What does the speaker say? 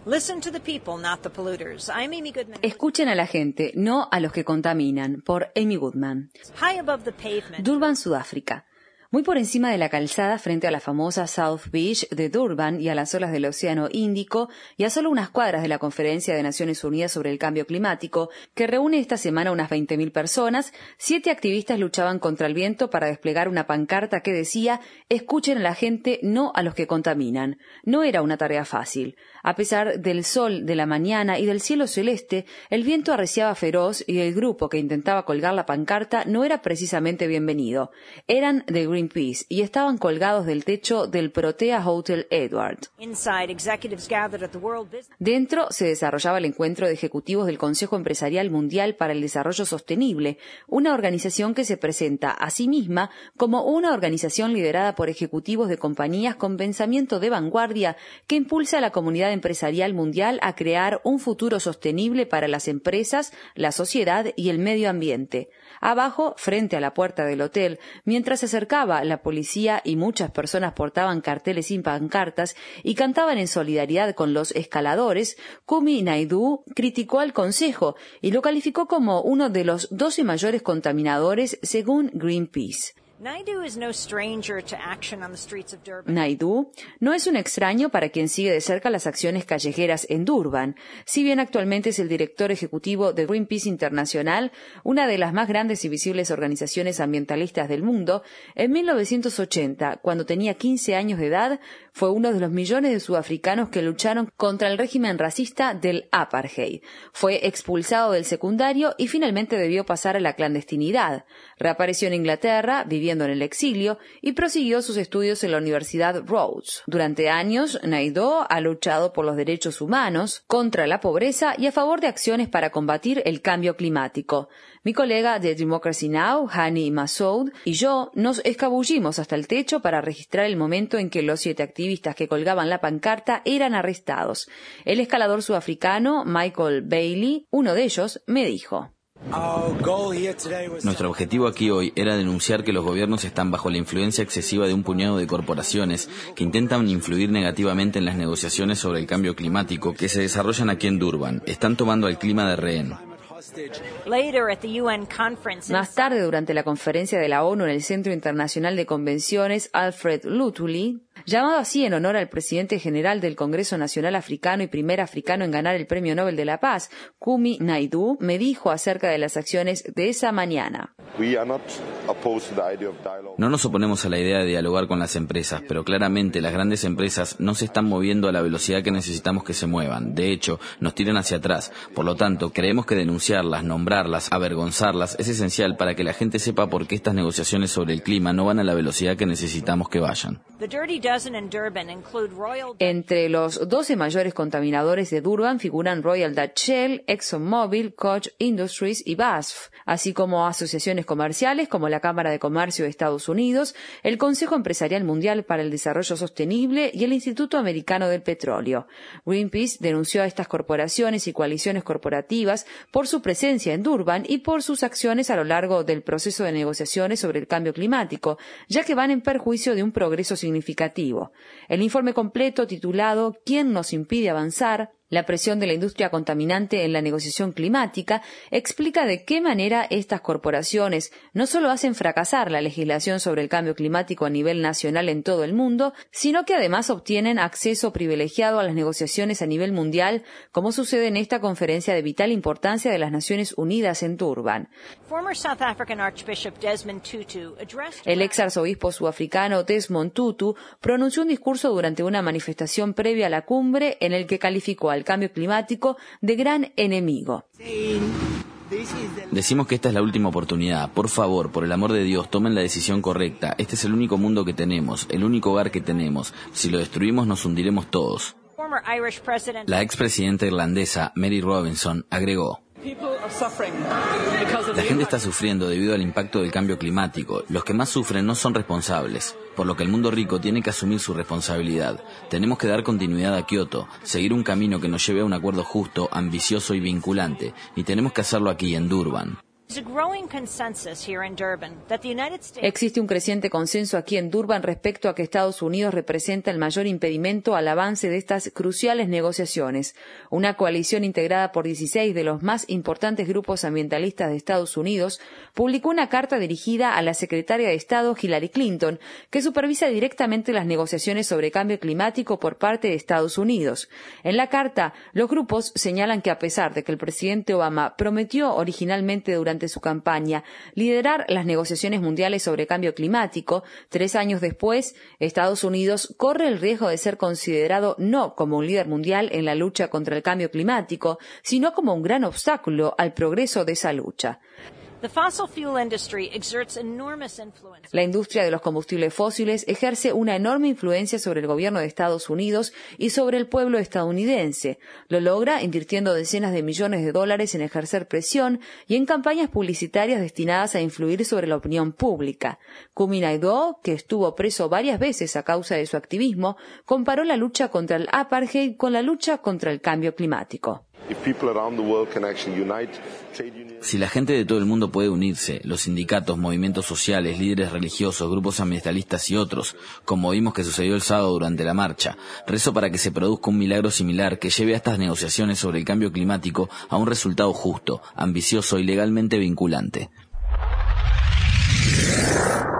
Escuchen a la gente, no a los que contaminan, por Amy Goodman. Durban, Sudáfrica. Muy por encima de la calzada frente a la famosa South Beach de Durban y a las olas del Océano Índico y a solo unas cuadras de la Conferencia de Naciones Unidas sobre el Cambio Climático, que reúne esta semana unas 20.000 personas, 7 activistas luchaban contra el viento para desplegar una pancarta que decía «Escuchen a la gente, no a los que contaminan». No era una tarea fácil. A pesar del sol de la mañana y del cielo celeste, el viento arreciaba feroz y el grupo que intentaba colgar la pancarta no era precisamente bienvenido. Eran de Greenpeace y estaban colgados del techo del Protea Hotel Edward. Dentro se desarrollaba el encuentro de ejecutivos del Consejo Empresarial Mundial para el Desarrollo Sostenible, una organización que se presenta a sí misma como una organización liderada por ejecutivos de compañías con pensamiento de vanguardia que impulsa a la comunidad empresarial mundial a crear un futuro sostenible para las empresas, la sociedad y el medio ambiente. Abajo, frente a la puerta del hotel, mientras se acercaba la policía y muchas personas portaban carteles y pancartas y cantaban en solidaridad con los escaladores, Kumi Naidoo criticó al Consejo y lo calificó como uno de los 12 mayores contaminadores según Greenpeace. Naidoo no es un extraño para quien sigue de cerca las acciones callejeras en Durban. Si bien actualmente es el director ejecutivo de Greenpeace Internacional, una de las más grandes y visibles organizaciones ambientalistas del mundo, en 1980, cuando tenía 15 años de edad, fue uno de los millones de sudafricanos que lucharon contra el régimen racista del apartheid. Fue expulsado del secundario y finalmente debió pasar a la clandestinidad. Reapareció en Inglaterra, viviendo en el exilio, y prosiguió sus estudios en la Universidad Rhodes. Durante años, Naidoo ha luchado por los derechos humanos, contra la pobreza y a favor de acciones para combatir el cambio climático. Mi colega de Democracy Now!, Hani Massoud, y yo nos escabullimos hasta el techo para registrar el momento en que los 7 activistas que colgaban la pancarta eran arrestados. El escalador sudafricano Michael Bailey, uno de ellos, me dijo: Nuestro objetivo aquí hoy era denunciar que los gobiernos están bajo la influencia excesiva de un puñado de corporaciones que intentan influir negativamente en las negociaciones sobre el cambio climático que se desarrollan aquí en Durban. Están tomando al clima de rehén. Más tarde, durante la conferencia de la ONU en el Centro Internacional de Convenciones Alfred Luthuli, llamado así en honor al presidente general del Congreso Nacional Africano y primer africano en ganar el Premio Nobel de la Paz, Kumi Naidoo, me dijo acerca de las acciones de esa mañana. No nos oponemos a la idea de dialogar con las empresas, pero claramente las grandes empresas no se están moviendo a la velocidad que necesitamos que se muevan. De hecho, nos tiran hacia atrás. Por lo tanto, creemos que denunciarlas, nombrarlas, avergonzarlas es esencial para que la gente sepa por qué estas negociaciones sobre el clima no van a la velocidad que necesitamos que vayan. Entre los 12 mayores contaminadores de Durban figuran Royal Dutch Shell, ExxonMobil, Koch Industries y BASF, así como asociaciones comerciales como la Cámara de Comercio de Estados Unidos, el Consejo Empresarial Mundial para el Desarrollo Sostenible y el Instituto Americano del Petróleo. Greenpeace denunció a estas corporaciones y coaliciones corporativas por su presencia en Durban y por sus acciones a lo largo del proceso de negociaciones sobre el cambio climático, ya que van en perjuicio de un progreso significativo. El informe completo, titulado «¿Quién nos impide avanzar?», la presión de la industria contaminante en la negociación climática, explica de qué manera estas corporaciones no solo hacen fracasar la legislación sobre el cambio climático a nivel nacional en todo el mundo, sino que además obtienen acceso privilegiado a las negociaciones a nivel mundial, como sucede en esta conferencia de vital importancia de las Naciones Unidas en Durban. El ex arzobispo sudafricano Desmond Tutu pronunció un discurso durante una manifestación previa a la cumbre en el que calificó al cambio climático de gran enemigo. Decimos que esta es la última oportunidad. Por favor, por el amor de Dios, tomen la decisión correcta. Este es el único mundo que tenemos, el único hogar que tenemos. Si lo destruimos, nos hundiremos todos. La expresidenta irlandesa Mary Robinson agregó: la gente está sufriendo debido al impacto del cambio climático. Los que más sufren no son responsables, por lo que el mundo rico tiene que asumir su responsabilidad. Tenemos que dar continuidad a Kioto, seguir un camino que nos lleve a un acuerdo justo, ambicioso y vinculante, y tenemos que hacerlo aquí en Durban. Existe un creciente consenso aquí en Durban respecto a que Estados Unidos representa el mayor impedimento al avance de estas cruciales negociaciones. Una coalición integrada por 16 de los más importantes grupos ambientalistas de Estados Unidos publicó una carta dirigida a la secretaria de Estado Hillary Clinton, que supervisa directamente las negociaciones sobre cambio climático por parte de Estados Unidos. En la carta, los grupos señalan que a pesar de que el presidente Obama prometió originalmente durante su campaña liderar las negociaciones mundiales sobre cambio climático, 3 años después, Estados Unidos corre el riesgo de ser considerado no como un líder mundial en la lucha contra el cambio climático, sino como un gran obstáculo al progreso de esa lucha. La industria de los combustibles fósiles ejerce una enorme influencia sobre el gobierno de Estados Unidos y sobre el pueblo estadounidense. Lo logra invirtiendo decenas de millones de dólares en ejercer presión y en campañas publicitarias destinadas a influir sobre la opinión pública. Kumi Naidoo, que estuvo preso varias veces a causa de su activismo, comparó la lucha contra el apartheid con la lucha contra el cambio climático. Si la gente de todo el mundo puede unirse, los sindicatos, movimientos sociales, líderes religiosos, grupos ambientalistas y otros, como vimos que sucedió el sábado durante la marcha, rezo para que se produzca un milagro similar que lleve a estas negociaciones sobre el cambio climático a un resultado justo, ambicioso y legalmente vinculante.